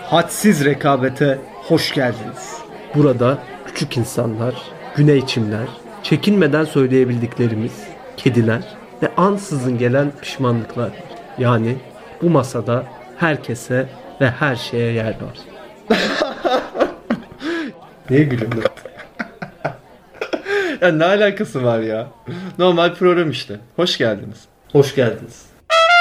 hadsiz rekabete hoş geldiniz. Burada küçük insanlar, güney çimler, çekinmeden söyleyebildiklerimiz, kediler ve ansızın gelen pişmanlıklar var. Yani bu masada herkese ve her şeye yer var. Niye gülüyorsun? Ya ne alakası var ya? Normal program işte. Hoş geldiniz. Hoş geldiniz.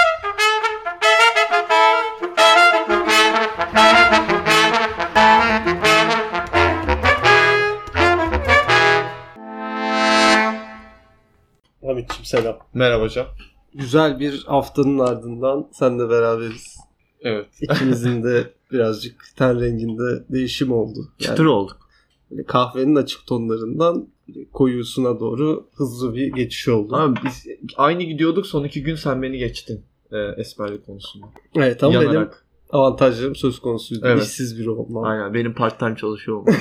Hamit'ciğim selam. Merhaba hocam. Güzel bir haftanın ardından seninle beraberiz. Evet. İkimizin de birazcık ten renginde değişim oldu. Çıtır olduk. Böyle kahvenin açık tonlarından koyusuna doğru hızlı bir geçiş oldu. Abi biz aynı gidiyorduk, son 2 gün sen beni geçtin esmerlik konusunda. Evet ama Yanarak. benim avantajlarım söz konusuydu. Evet. İşsiz biri olmam. Aynen, benim part time çalışıyor olmam.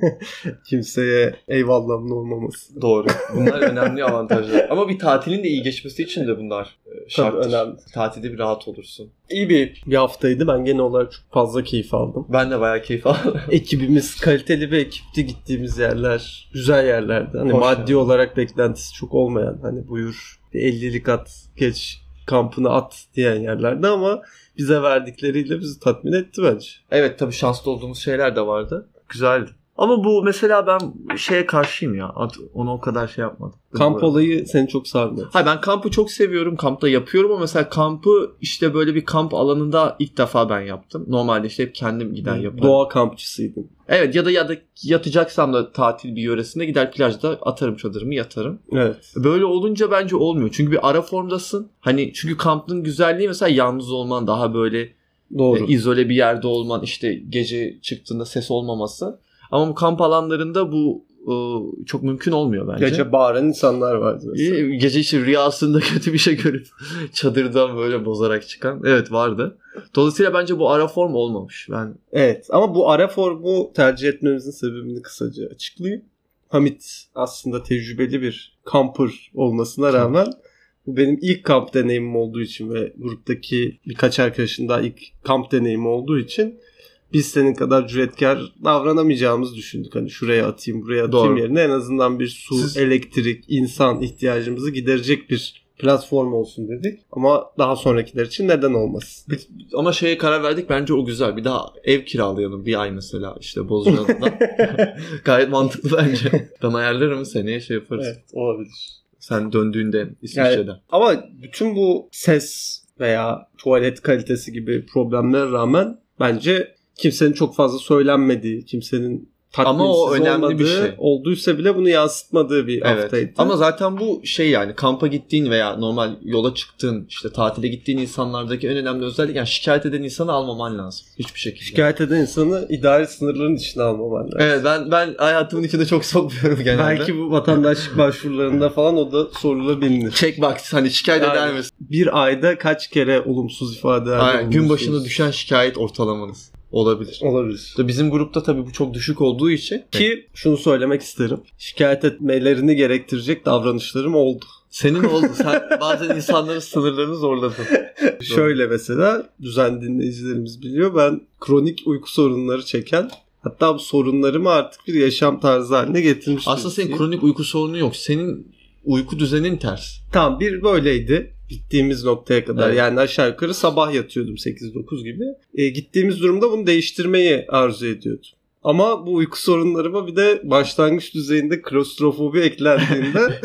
Kimseye eyvallahımın olmaması. Doğru. Bunlar önemli avantajlar. Ama bir tatilin de iyi geçmesi için de bunlar şart. Önemli. Tatilde bir rahat olursun. İyi bir haftaydı. Ben genel olarak çok fazla keyif aldım. Ben de bayağı keyif aldım. Ekibimiz kaliteli bir ekipti. Gittiğimiz yerler güzel yerlerdi. Hani Hoş maddi yani. olarak beklentisi çok olmayan, hani buyur bir 50'lik at geç kampını at diyen yerlerdi ama bize verdikleriyle bizi tatmin etti bence. Evet, tabii şanslı olduğumuz şeyler de vardı. Güzeldi. Ama bu mesela ben şeye karşıyım ya. Onu o kadar şey yapmadım. Kamp olayı seni çok sarmadı. Hayır, ben kampı çok seviyorum. Kampta yapıyorum ama mesela kampı işte böyle bir kamp alanında ilk defa ben yaptım. Normalde işte hep kendim giden yaparım. Doğa kampçısıydın. Evet, ya da yatacaksam da tatil bir yöresinde gider plajda atarım çadırımı, yatarım. Evet. Böyle olunca bence olmuyor. Çünkü bir ara formdasın. Hani çünkü kampın güzelliği mesela yalnız olman, daha böyle Doğru. izole bir yerde olman, işte gece çıktığında ses olmaması. Ama bu kamp alanlarında bu çok mümkün olmuyor bence. Gece bağıran insanlar vardı mesela. Gece işte rüyasında kötü bir şey görüp çadırdan böyle bozarak çıkan. Evet, vardı. Dolayısıyla bence bu ara form olmamış. Evet ama bu ara formu tercih etmemizin sebebini kısaca açıklayayım. Hamit aslında tecrübeli bir kamper olmasına rağmen bu benim ilk kamp deneyimim olduğu için ve gruptaki birkaç arkadaşın daha ilk kamp deneyimi olduğu için biz senin kadar cüretkar davranamayacağımızı düşündük. Hani şuraya atayım, buraya atayım Doğru. yerine en azından bir su, elektrik, insan ihtiyacımızı giderecek bir platform olsun dedik. Ama daha sonrakiler için neden olmasın? Ama şeye karar verdik, bence o güzel. Bir daha ev kiralayalım bir ay mesela işte Bozcaada'da. Gayet mantıklı bence. Ben ayarlarım, seneye şey yaparız. Evet, olabilir. Sen döndüğünde İsviçre'de. Yani, ama bütün bu ses veya tuvalet kalitesi gibi problemlere rağmen bence kimsenin çok fazla söylenmediği, kimsenin tatminsiz ama o önemli olmadığı, bir şey. Olduysa bile bunu yansıtmadığı bir Evet. haftaydı. Ama zaten bu şey, yani kampa gittiğin veya normal yola çıktığın, işte tatile gittiğin insanlardaki en önemli özellik, yani şikayet eden insanı almaman lazım. Hiçbir şekilde. Şikayet eden insanı idari sınırların içine almaman lazım. Evet, ben hayatımın içinde çok sokmuyorum genelde. Belki bu vatandaşlık başvurularında falan o da sorulabilir. Checkbox, hani şikayet Yani eder misin? bir ayda kaç kere olumsuz ifade Aynen, gün başına düşen şikayet ortalamanız olabilir. olabilir. Bizim grupta tabii bu çok düşük olduğu için. Ki şunu söylemek isterim. Şikayet etmelerini gerektirecek davranışlarım oldu. Senin oldu. Sen bazen insanların sınırlarını zorladın. Şöyle mesela düzenli dinleyicilerimiz biliyor. Ben kronik uyku sorunları çeken, hatta bu sorunlarımı artık bir yaşam tarzı haline getirmiştim. Aslında senin kronik uyku sorunu yok. Senin uyku düzenin ters. Tam bir böyleydi. Gittiğimiz noktaya kadar. Evet. Yani aşağı yukarı sabah yatıyordum 8-9 gibi. Gittiğimiz durumda bunu değiştirmeyi arzu ediyordum. Ama bu uyku sorunlarıma bir de başlangıç düzeyinde klostrofobi eklendiğinde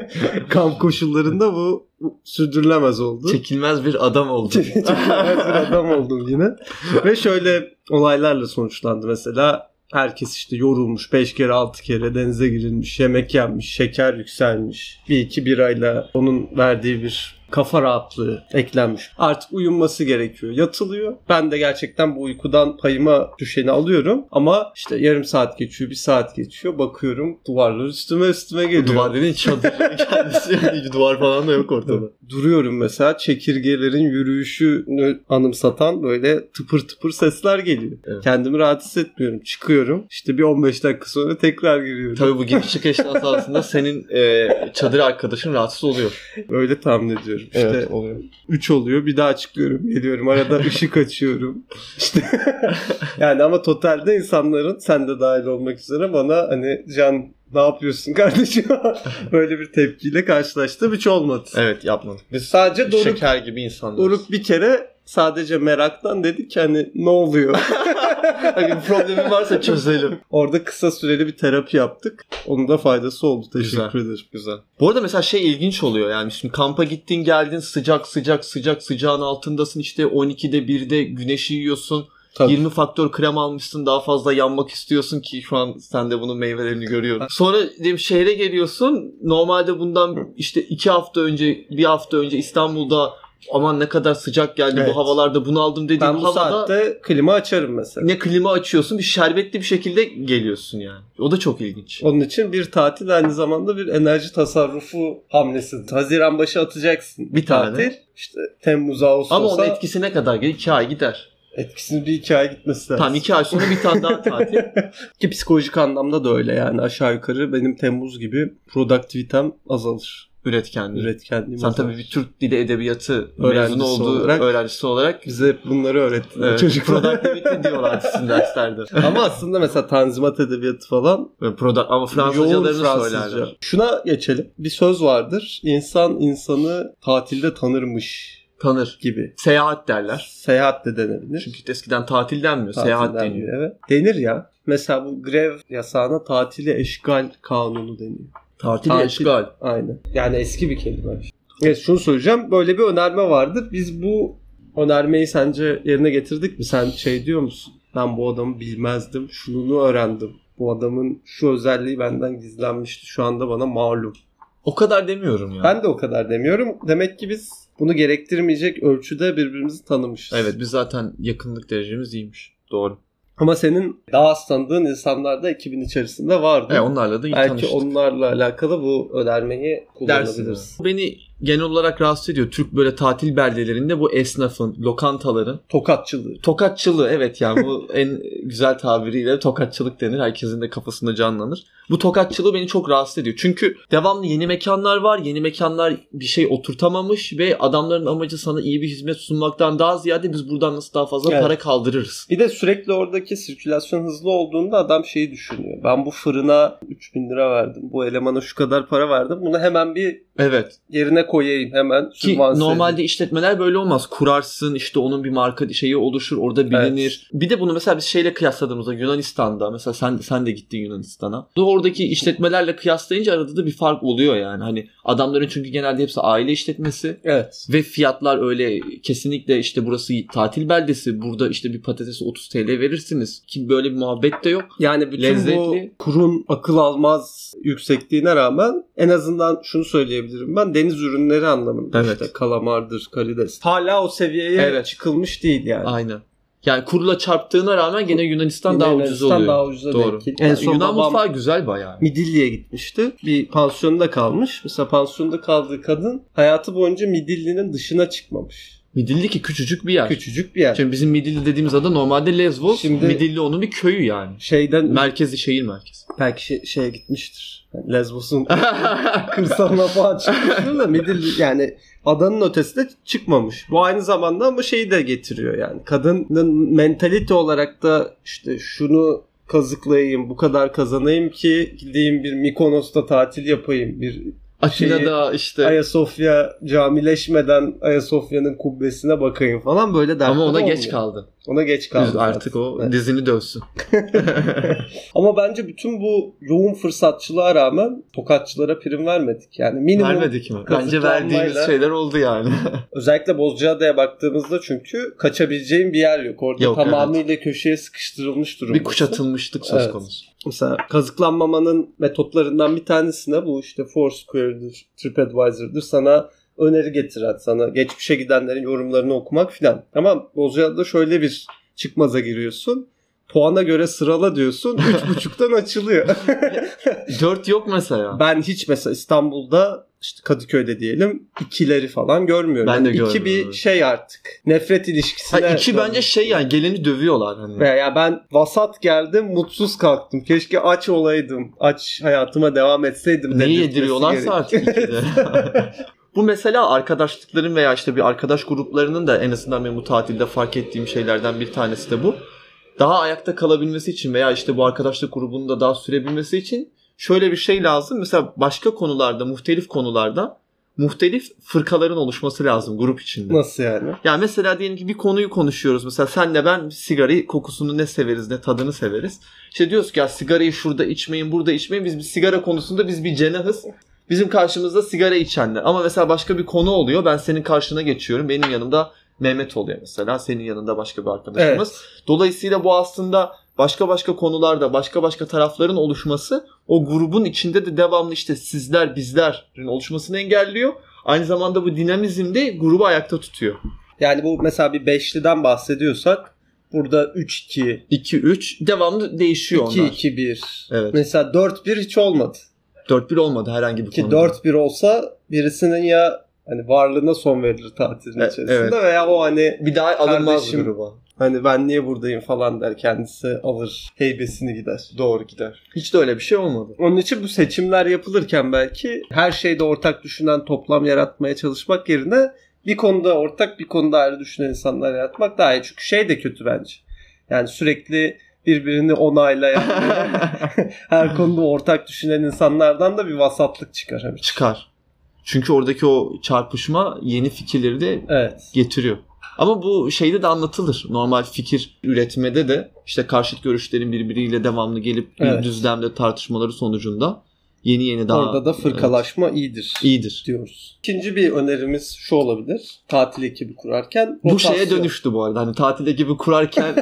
kamp koşullarında bu sürdürülemez oldu. Çekilmez bir adam oldu. Çekilmez bir adam oldum yine. Ve şöyle olaylarla sonuçlandı mesela. Herkes işte yorulmuş, 5 kere 6 kere denize girilmiş, yemek yenmiş, şeker yükselmiş. Bir iki birayla onun verdiği bir kafa rahatlığı eklenmiş. Artık uyunması gerekiyor. Yatılıyor. Ben de gerçekten bu uykudan payıma düşeni alıyorum. Ama işte yarım saat geçiyor, bir saat geçiyor. Bakıyorum duvarlar üstüme geliyor. Duvar dediğin çadırın kendisi, yani duvar falan da yok ortada. Duruyorum mesela, çekirgelerin yürüyüşünü anımsatan böyle tıpır tıpır sesler geliyor. Evet. Kendimi rahat hissetmiyorum. Çıkıyorum. İşte bir 15 dakika sonra tekrar giriyorum. Tabii bu giriş çıkış esnasında senin çadır arkadaşın rahatsız oluyor. Öyle tahmin ediyorum. çıkıyorum. İşte Evet, oluyor. 3 oluyor. Bir daha çıkıyorum. Geliyorum. Arada ışık açıyorum. İşte yani ama totalde insanların, sen de dahil olmak üzere, bana hani Can ne yapıyorsun kardeşim böyle bir tepkiyle karşılaştığım hiç olmadı. Evet, yapmadık. Biz Sadece şeker gibi insanlarız. Doruk bir kere sadece meraktan dedik ki hani ne oluyor? Hani bir problemin varsa çözelim. Orada kısa süreli bir terapi yaptık. Onun da faydası oldu. Teşekkür ederim. Güzel. Bu arada mesela şey ilginç oluyor yani, şimdi kampa gittin geldin, sıcağın altındasın, işte 12'de 1'de güneşi yiyorsun. Tabii. 20 faktör krem almışsın, daha fazla yanmak istiyorsun ki şu an sen de bunun meyvelerini görüyorum. Sonra diyelim şehre geliyorsun. Normalde bundan işte 2 hafta önce, 1 hafta önce İstanbul'da aman ne kadar sıcak geldi bu havalarda, bunu aldım dediğim havada. Ben bu havada saatte klima açarım mesela. Ne klima açıyorsun, bir şerbetli bir şekilde geliyorsun yani. O da çok ilginç. Onun için bir tatil aynı zamanda bir enerji tasarrufu hamlesidir. Haziran başı atacaksın bir tatil. Tane. İşte Temmuz, Ağustos'a. Ama onun etkisi ne kadar gelir? 2 ay gider. Etkisini bir 2 ay gitmesi lazım. Tamam, 2 ay sonra bir tane daha tatil. Ki psikolojik anlamda da öyle yani, aşağı yukarı benim Temmuz gibi produktivitem azalır. Üretkenliğim Sen azalır. Tabii bir Türk Dili Edebiyatı mezunu olduğu öğrencisi olarak bize hep bunları öğrettiler. Evet, çocuk productivity diyorlar sizin derslerde. Ama aslında mesela Tanzimat Edebiyatı falan ama Fransızcalarını söylerler. Şuna geçelim. Bir söz vardır. İnsan insanı tatilde tanır gibi. Seyahat derler. Seyahat de denebilir. Çünkü eskiden tatil denmiyor. Seyahat deniyor. Evet. Denir ya. Mesela bu grev yasağına tatili eşgal kanunu deniyor. Tatil eşgal. Aynen. Yani eski bir kelime. Evet, şunu söyleyeceğim. Böyle bir önerme vardır. Biz bu önermeyi sence yerine getirdik mi? Sen şey diyor musun? Ben bu adamı bilmezdim. Şunu öğrendim. Bu adamın şu özelliği benden gizlenmişti. Şu anda bana malum. O kadar demiyorum ya. Ben de o kadar demiyorum. Demek ki biz bunu gerektirmeyecek ölçüde birbirimizi tanımışız. Evet, biz zaten yakınlık derecemiz iyiymiş. Doğru. Ama senin daha az tanıdığın insanlar da ekibin içerisinde vardı. Onlarla da iyi belki tanıştık. Onlarla alakalı bu önermeyi kullanabiliriz. Beni genel olarak rahatsız ediyor. Türk böyle tatil beldelerinde bu esnafın, lokantaların Tokatçılığı, evet yani bu en güzel tabiriyle tokatçılık denir. Herkesin de kafasında canlanır. Bu tokatçılığı beni çok rahatsız ediyor. Çünkü devamlı yeni mekanlar var. Yeni mekanlar bir şey oturtamamış ve adamların amacı sana iyi bir hizmet sunmaktan daha ziyade biz buradan nasıl daha fazla para kaldırırız. Bir de sürekli oradaki sirkülasyon hızlı olduğunda adam şeyi düşünüyor. Ben bu fırına 3.000 lira verdim. Bu elemana şu kadar para verdim. Bunu hemen bir yerine koyayım, hemen. Ki normalde işletmeler böyle olmaz. Kurarsın, işte onun bir marka şeyi oluşur, orada bilinir. Evet. Bir de bunu mesela biz şeyle kıyasladığımızda Yunanistan'da mesela sen de gittin Yunanistan'a. Oradaki işletmelerle kıyaslayınca arada da bir fark oluyor yani. Hani adamların çünkü genelde hepsi aile işletmesi. Evet. Ve fiyatlar öyle kesinlikle işte burası tatil beldesi. Burada işte bir patatesi 30 TL verirsiniz. Ki böyle bir muhabbet de yok. Yani bütün bu kurun akıl almaz yüksekliğine rağmen en azından şunu söyleyebilirim ben, deniz ürünleri anlamında işte kalamardır, karides. Hala o seviyeye çıkılmış değil yani. Aynen. Yani kurla çarptığına rağmen gene Yunanistan daha ucuz oluyor. Daha ucuza doğru. En son Yunan mutfağı güzel bayağı. Midilli'ye gitmişti. Bir pansiyonda kalmış. Mesela pansiyonda kaldığı kadın hayatı boyunca Midilli'nin dışına çıkmamış. Midilli ki küçücük bir yer. Küçücük bir yer. Şimdi bizim Midilli dediğimiz ada normalde Lesbos. Şimdi Midilli onun bir köyü yani. Şehir merkezi. Belki şeye gitmiştir. Yani Lesbos'un kırsalına falan çıkmıştır da Midilli yani adanın ötesine çıkmamış. Bu aynı zamanda ama şeyi de getiriyor yani. Kadının mentalite olarak da işte şunu kazıklayayım, bu kadar kazanayım ki gideyim bir Mikonos'ta tatil yapayım. Bir Atina'da işte Ayasofya camileşmeden Ayasofya'nın kubbesine bakayım falan, böyle dertler. Ama ona geç kaldı. Artık o dizini dövsün. Ama bence bütün bu yoğun fırsatçılığa rağmen tokatçılara prim vermedik. Yani minimum vermedik mi? Bence verdiğimiz şeyler oldu yani. Özellikle Bozcaada'ya baktığımızda çünkü kaçabileceğin bir yer yok. Orada tamamıyla köşeye sıkıştırılmış durumda. Bir kuşatılmışlık söz konusu. Mesela kazıklanmamanın metotlarından bir tanesine bu işte Foursquare'dır, TripAdvisor'dır, sana öneri getiren, sana geçmişe gidenlerin yorumlarını okumak filan. Ama Bozcaada'da şöyle bir çıkmaza giriyorsun. Puana göre sırala diyorsun. 3.5'tan açılıyor. 4 yok mesela. Ben hiç mesela İstanbul'da işte Kadıköy'de diyelim 2'leri falan görmüyorum. Ben de görmüyorum. 2 bir şey artık. Nefret ilişkisine. 2 bence şey yani geleni dövüyorlar hani. Veya ben vasat geldim, mutsuz kalktım. Keşke aç olaydım. Aç hayatıma devam etseydim. Neyi yediriyorlarsa artık 2'de. Bu mesela arkadaşlıkların veya işte bir arkadaş gruplarının da en azından benim bu tatilde fark ettiğim şeylerden bir tanesi de bu. Daha ayakta kalabilmesi için veya işte bu arkadaşlık grubunun da daha sürebilmesi için şöyle bir şey lazım. Mesela başka konularda, muhtelif konularda muhtelif fırkaların oluşması lazım grup içinde. Nasıl yani? Yani mesela diyelim ki bir konuyu konuşuyoruz. Mesela senle ben sigarayı kokusunu ne severiz ne tadını severiz. İşte diyoruz ki ya sigarayı şurada içmeyin burada içmeyin. Biz bir sigara konusunda biz bir cenahız. Bizim karşımızda sigara içenler. Ama mesela başka bir konu oluyor. Ben senin karşına geçiyorum. Benim yanımda Mehmet oluyor mesela. Senin yanında başka bir arkadaşımız. Evet. Dolayısıyla bu aslında başka konularda başka tarafların oluşması o grubun içinde de devamlı işte sizler bizlerin oluşmasını engelliyor. Aynı zamanda bu dinamizm de grubu ayakta tutuyor. Yani bu mesela bir beşliden bahsediyorsak burada 3-2 2-3 devamlı değişiyor 2-2-1 onlar. 2-1. Evet. Mesela 4-1 hiç olmadı. 4-1 olmadı herhangi bir konuda. 4-1 olsa birisinin ya hani varlığına son verilir tatilin içerisinde evet. Veya o hani bir daha alınmaz gruba. Hani ben niye buradayım falan der, kendisi alır heybesini gider. Doğru gider. Hiç de öyle bir şey olmadı. Onun için bu seçimler yapılırken belki her şeyde ortak düşünen toplam yaratmaya çalışmak yerine bir konuda ortak bir konuda ayrı düşünen insanlar yaratmak daha iyi. Çünkü şey de kötü bence. Yani sürekli birbirini onaylayan her konuda ortak düşünen insanlardan da bir vasatlık çıkar. Çıkar. Çünkü oradaki o çarpışma yeni fikirleri de getiriyor. Ama bu şeyde de anlatılır. Normal fikir üretmede de işte karşıt görüşlerin birbiriyle devamlı gelip bir düzlemde tartışmaları sonucunda yeni daha... Orada da fırkalaşma iyidir diyoruz. İkinci bir önerimiz şu olabilir. Tatil ekibi kurarken rotasyon. Bu şeye dönüştü bu arada. Hani tatil ekibi kurarken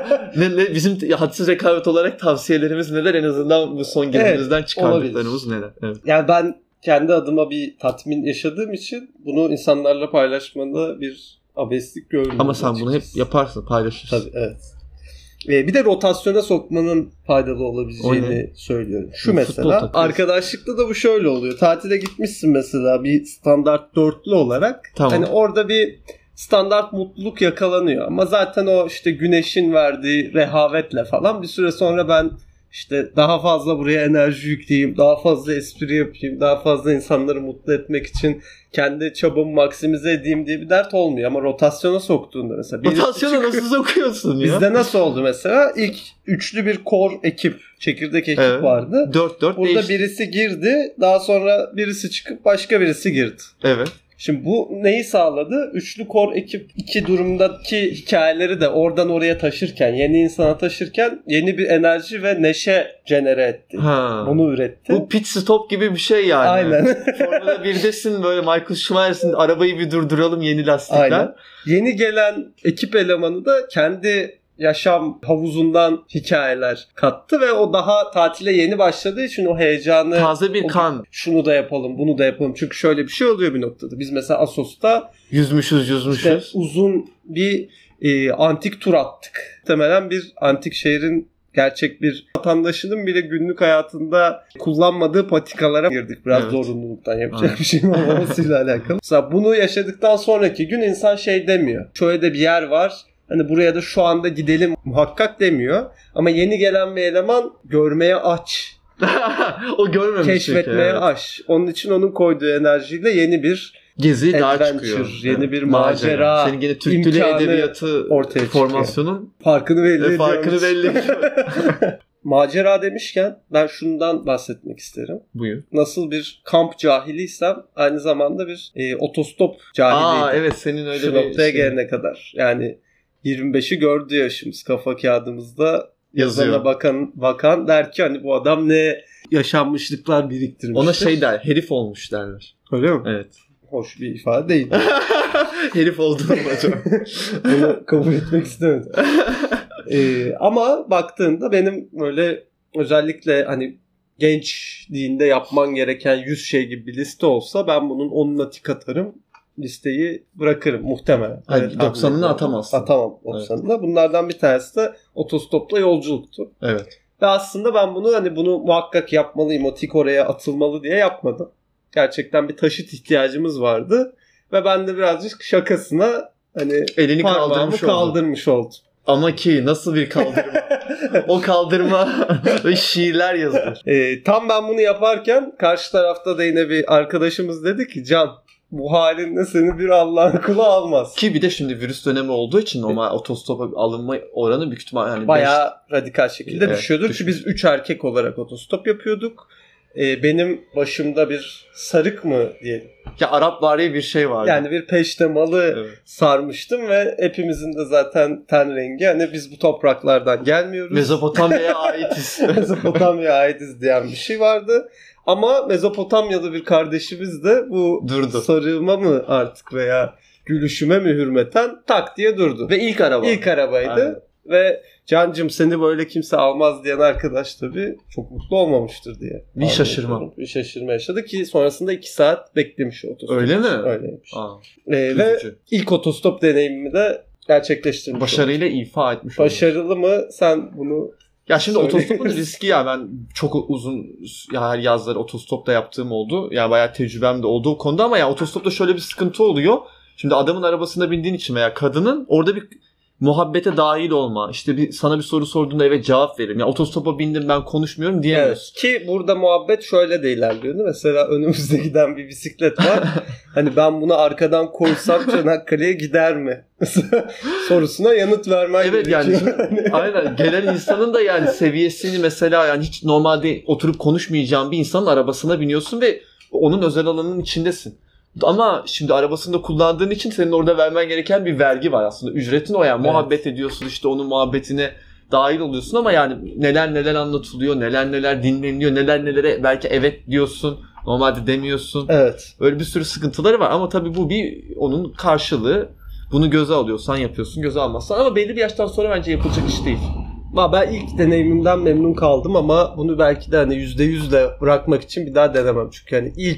bizim hadsiz rekabet olarak tavsiyelerimiz neler? En azından bu son günümüzden çıkardıklarımız neler? Evet. Yani ben kendi adıma bir tatmin yaşadığım için bunu insanlarla paylaşmada bir abeslik görmüyorum. Ama sen bunu hep yaparsın, paylaşırsın. Tabii, evet. Bir de rotasyona sokmanın faydalı olabileceğini söylüyorum. Şu mesela arkadaşlıkta da bu şöyle oluyor. Tatile gitmişsin mesela bir standart dörtlü olarak. Tamam. Hani orada bir standart mutluluk yakalanıyor. Ama zaten o işte güneşin verdiği rehavetle falan bir süre sonra ben İşte daha fazla buraya enerji yükleyeyim, daha fazla espri yapayım, daha fazla insanları mutlu etmek için kendi çabamı maksimize edeyim diye bir dert olmuyor. Ama rotasyona soktuğunda mesela... Rotasyona nasıl sokuyorsun ya? Bizde nasıl oldu mesela? İlk üçlü bir core ekip, çekirdek ekip vardı. 4-4 burada değişti. Birisi girdi, daha sonra birisi çıkıp başka birisi girdi. Evet. Şimdi bu neyi sağladı? Üçlü core ekip iki durumdaki hikayeleri de oradan oraya taşırken, yeni insana taşırken yeni bir enerji ve neşe genere etti. Bunu üretti. Bu pit stop gibi bir şey yani. Aynen. Formula 1'desin böyle Michael Schumacher'sin, arabayı bir durduralım yeni lastikler. Aynen. Yeni gelen ekip elemanı da kendi yaşam havuzundan hikayeler kattı ve o daha tatile yeni başladığı için o heyecanı, taze bir kan. Şunu da yapalım, bunu da yapalım. Çünkü şöyle bir şey oluyor bir noktada. Biz mesela Assos'ta yüzmüşüz. İşte uzun bir antik tur attık. Muhtemelen bir antik şehrin gerçek bir vatandaşının bile günlük hayatında kullanmadığı patikalara girdik. Biraz zorunluluktan yapacak bir şeyin olmamasıyla alakalı. Mesela bunu yaşadıktan sonraki gün insan şey demiyor. Şöyle de bir yer var. Hani buraya da şu anda gidelim muhakkak demiyor. Ama yeni gelen bir eleman görmeye aç. O görmemiş. Keşfetmeye aç. Onun için onun koyduğu enerjiyle yeni bir gezi daha çıkıyor. Yeni bir macera. Senin gene Türk Dili Edebiyatı ortaya formasyonun farkını belli ediyor. Macera demişken ben şundan bahsetmek isterim. Buyur. Nasıl bir kamp cahiliysem aynı zamanda bir otostop cahiliydim. Evet, senin öyle şu noktaya gelene kadar. Yani 25'i gördü yaşımız, kafa kağıdımızda yazana bakan der ki hani bu adam ne yaşanmışlıklar biriktirmiş. Ona şey der, herif olmuş derler. Öyle mi? Evet. Hoş bir ifade değil. Herif olduğunu acaba. Bunu kabul etmek istemedim. Ama baktığında benim böyle özellikle hani gençliğinde yapman gereken 100 şey gibi bir liste olsa ben bunun 10'una tik atarım. Listeyi bırakırım muhtemelen. Evet, 90'ını atamazsın. Atamam 90'ını. Evet. Bunlardan bir tanesi de otostopla yolculuktu. Evet. Ve aslında ben bunu muhakkak yapmalıyım. O tik oraya atılmalı diye yapmadım. Gerçekten bir taşıt ihtiyacımız vardı. Ve ben de birazcık şakasına hani elini kaldırmış oldum. Ama ki nasıl bir kaldırma? O kaldırma şiirler yazılır. Tam ben bunu yaparken karşı tarafta da yine bir arkadaşımız dedi ki Can bu halinle seni bir Allah'ın kulu almaz. Ki bir de şimdi virüs dönemi olduğu için normal otostopa alınma oranı büyük ihtimal yani bayağı radikal şekilde düşüyordur. Çünkü biz 3 erkek olarak otostop yapıyorduk. Benim başımda bir sarık mı diyelim. Ya Arapvari bir şey vardı. Yani bir peştemalı sarmıştım ve hepimizin de zaten ten rengi. Hani biz bu topraklardan gelmiyoruz. Mezopotamya'ya aitiz. Mezopotamya'ya aitiz diyen bir şey vardı. Ama Mezopotamyalı bir kardeşimiz de bu durdu. Sarığıma mı artık veya gülüşüme mi hürmeten tak diye durdu. Ve ilk araba. İlk arabaydı. Aynen. Ve Cancım seni böyle kimse almaz diyen arkadaş tabii çok mutlu olmamıştır diye. Bir şaşırma. Bir şaşırma yaşadı ki sonrasında 2 saat beklemiş otostop. Öyle mi? Öyleymiş. Ve ilk otostop deneyimimi de gerçekleştirmiş. Başarıyla ifa etmiş. Başarılı mı? Sen bunu... Ya şimdi otostopun riski ya ben çok uzun her yazları otostopta yaptığım oldu. Yani bayağı tecrübem de oldu o konuda ama ya otostopta şöyle bir sıkıntı oluyor. Şimdi adamın arabasına bindiğin için veya kadının orada bir muhabbete dahil olma. İşte sana bir soru sorduğunda evet cevap veririm. Ya otostopa bindim ben konuşmuyorum diyemiyorsun. Evet. Ki burada muhabbet şöyle de ilerliyor. Mesela önümüzde giden bir bisiklet var. Hani ben bunu arkadan koysam Çanakkale'ye gider mi? Sorusuna yanıt vermen gerekiyor. Evet yani aynen gelen insanın da yani seviyesini mesela yani hiç normalde oturup konuşmayacağın bir insanın arabasına biniyorsun ve onun özel alanının içindesin. Ama şimdi arabasında kullandığın için senin orada vermen gereken bir vergi var aslında. Ücretin o yani. Evet. Muhabbet ediyorsun işte onun muhabbetine dahil oluyorsun ama yani neler anlatılıyor, neler dinleniliyor, nelere belki evet diyorsun. Normalde demiyorsun. Evet. Öyle bir sürü sıkıntıları var ama tabii bu bir onun karşılığı. Bunu göze alıyorsan yapıyorsun, göze almazsan ama belli bir yaştan sonra bence yapılacak iş değil. Ben ilk deneyimimden memnun kaldım ama bunu belki de hani %100'le bırakmak için bir daha denemem. Çünkü hani ilk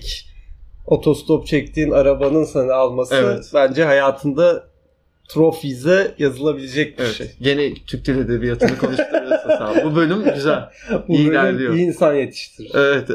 otostop çektiğin arabanın seni alması bence hayatında Trophies'e yazılabilecek bir şey. Gene Türk Dil Edebiyatı'nı konuşturuyorsun sen. Bu bölüm güzel. İyi ilerliyor. İyi insan yetiştirir. Evet.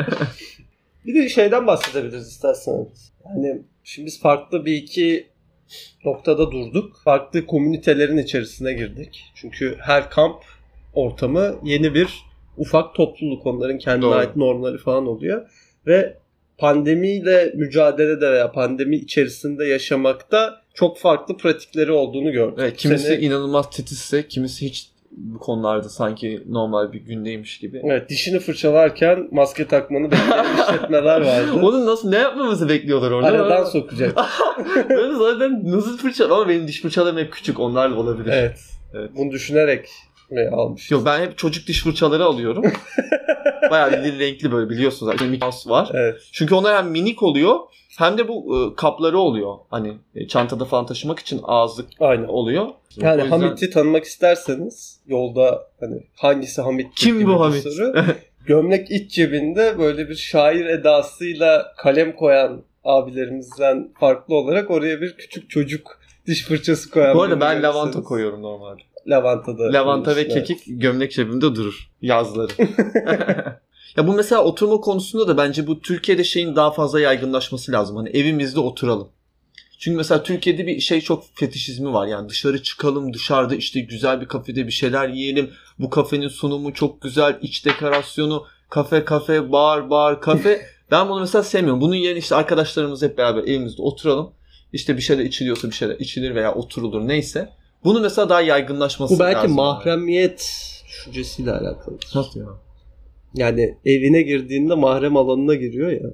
Bir de şeyden bahsedebiliriz istersen. Yani şimdi biz farklı bir iki noktada durduk. Farklı komünitelerin içerisine girdik. Çünkü her kamp ortamı yeni bir ufak topluluk. Onların kendine ait normları falan oluyor. Ve pandemiyle mücadelede veya pandemi içerisinde yaşamakta çok farklı pratikleri olduğunu gördüm. Evet, kimisi inanılmaz titizse, kimisi hiç bu konularda sanki normal bir gündeymiş gibi. Evet, dişini fırçalarken maske takmanı bekleyen işletmeler vardı. Onun ne yapmamızı bekliyorlar orada? Aradan sokacak. Ben zaten nasıl fırçalar ama benim diş fırçalarım hep küçük, onlarla olabilir. Evet. Bunu düşünerek mi almışsın? Yok, ben hep çocuk diş fırçaları alıyorum. Bayağı renkli böyle biliyorsunuz zaten. Mickey Mouse var. Evet. Çünkü onlar hem minik oluyor hem de bu kapları oluyor. Hani çantada falan taşımak için ağızlık oluyor. Yani yüzden... Hamit'i tanımak isterseniz yolda hani hangisi Hamit? Kim bu Hamit? Gömlek iç cebinde böyle bir şair edasıyla kalem koyan abilerimizden farklı olarak oraya bir küçük çocuk diş fırçası koyan. Bu arada ben lavanta koyuyorum normalde. Lavanta ve kekik gömlek cebimde durur yazları. Ya bu mesela oturma konusunda da bence bu Türkiye'de şeyin daha fazla yaygınlaşması lazım. Hani evimizde oturalım. Çünkü mesela Türkiye'de bir şey çok fetişizmi var. Yani dışarı çıkalım, dışarıda işte güzel bir kafede bir şeyler yiyelim. Bu kafenin sunumu çok güzel, iç dekorasyonu, kafe, bar, kafe. Ben bunu mesela sevmiyorum. Bunun yerine işte arkadaşlarımız hep beraber evimizde oturalım. İşte bir şeyler içiliyorsa bir şeyler içilir veya oturulur neyse. Bunu mesela daha yaygınlaşması lazım. Bu belki mahremiyet düşüncesiyle alakalı. Nasıl ya? Yani evine girdiğinde mahrem alanına giriyor ya.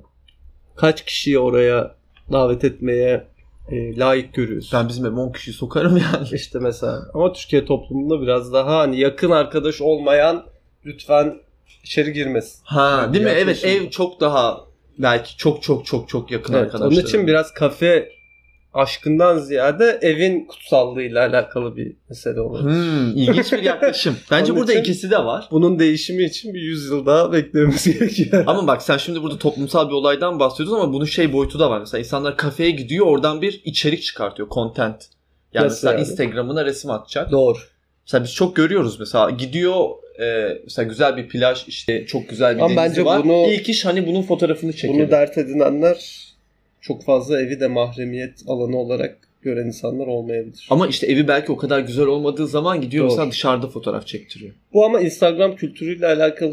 Kaç kişiyi oraya davet etmeye layık görüyorsun? Ben bizim eve 10 kişiyi sokarım yani. İşte mesela. Ama Türkiye toplumunda biraz daha hani yakın arkadaş olmayan lütfen içeri girmesin. Ha, değil mi? Evet, ev çok daha belki çok yakın arkadaşlar. Onun için biraz kafe aşkından ziyade evin kutsallığıyla alakalı bir mesele olabilir. İlginç bir yaklaşım. Bence burada ikisi de var. Bunun değişimi için bir 100 yıl daha beklememiz gerekiyor. Ama bak sen şimdi burada toplumsal bir olaydan bahsediyorsun ama bunun boyutu da var. Mesela insanlar kafeye gidiyor, oradan bir içerik çıkartıyor. Content. Yani mesela Instagram'ına resim atacak. Doğru. Mesela biz çok görüyoruz mesela. Gidiyor mesela güzel bir plaj, işte çok güzel bir denizi var. İlk iş hani bunun fotoğrafını çekelim. Bunu dert edinenler çok fazla evi de mahremiyet alanı olarak gören insanlar olmayabilir. Ama işte evi belki o kadar güzel olmadığı zaman gidiyor mesela dışarıda fotoğraf çektiriyor. Bu ama Instagram kültürüyle alakalı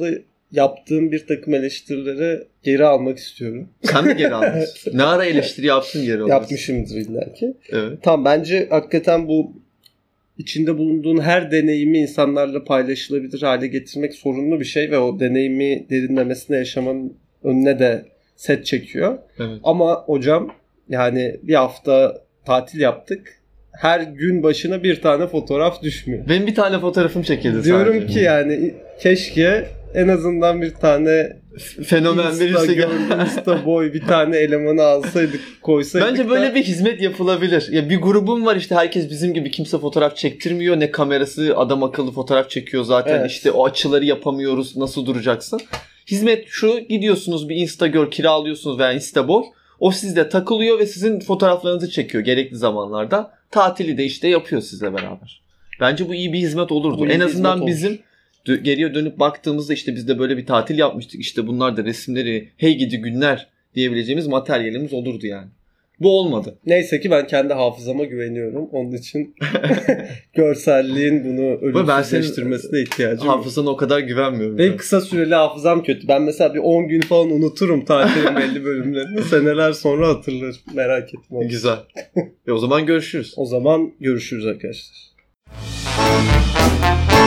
yaptığım bir takım eleştirileri geri almak istiyorum. Sen mi geri almışsın? Ne ara eleştiri yaptın geri almışsın? Yapmışımdır illa ki. Evet. Tamam, bence hakikaten bu içinde bulunduğun her deneyimi insanlarla paylaşılabilir hale getirmek sorunlu bir şey ve o deneyimi derinlemesine yaşamanın önüne de set çekiyor. Evet. Ama hocam yani bir hafta tatil yaptık. Her gün başına bir tane fotoğraf düşmüyor. Benim bir tane fotoğrafım çekildi diyorum sadece. ki yani keşke en azından bir tane fenomen birisi Insta boy bir tane elemanı alsaydık, koysaydık. Bence böyle bir hizmet yapılabilir. Ya bir grubum var işte, herkes bizim gibi, kimse fotoğraf çektirmiyor. Ne kamerası, adam akıllı fotoğraf çekiyor zaten. Evet. İşte o açıları yapamıyoruz. Nasıl duracaksın? Hizmet şu: gidiyorsunuz bir Instagirl kiralıyorsunuz veya Instaboy. O sizde takılıyor ve sizin fotoğraflarınızı çekiyor gerekli zamanlarda. Tatili de işte yapıyor sizle beraber. Bence bu iyi bir hizmet olurdu. En azından bizim geriye dönüp baktığımızda işte biz de böyle bir tatil yapmıştık. İşte bunlar da resimleri, hey gidi günler diyebileceğimiz materyalimiz olurdu yani. Bu olmadı. Neyse ki ben kendi hafızama güveniyorum. Onun için görselliğin bunu ölümsüzleştirmesine ihtiyacım yok. Hafızana o kadar güvenmiyorum. Benim kısa süreli hafızam kötü. Ben mesela bir 10 gün falan unuturum tatilin belli bölümlerini. Seneler sonra hatırlarım. Merak etme. Güzel. O zaman görüşürüz. O zaman görüşürüz arkadaşlar.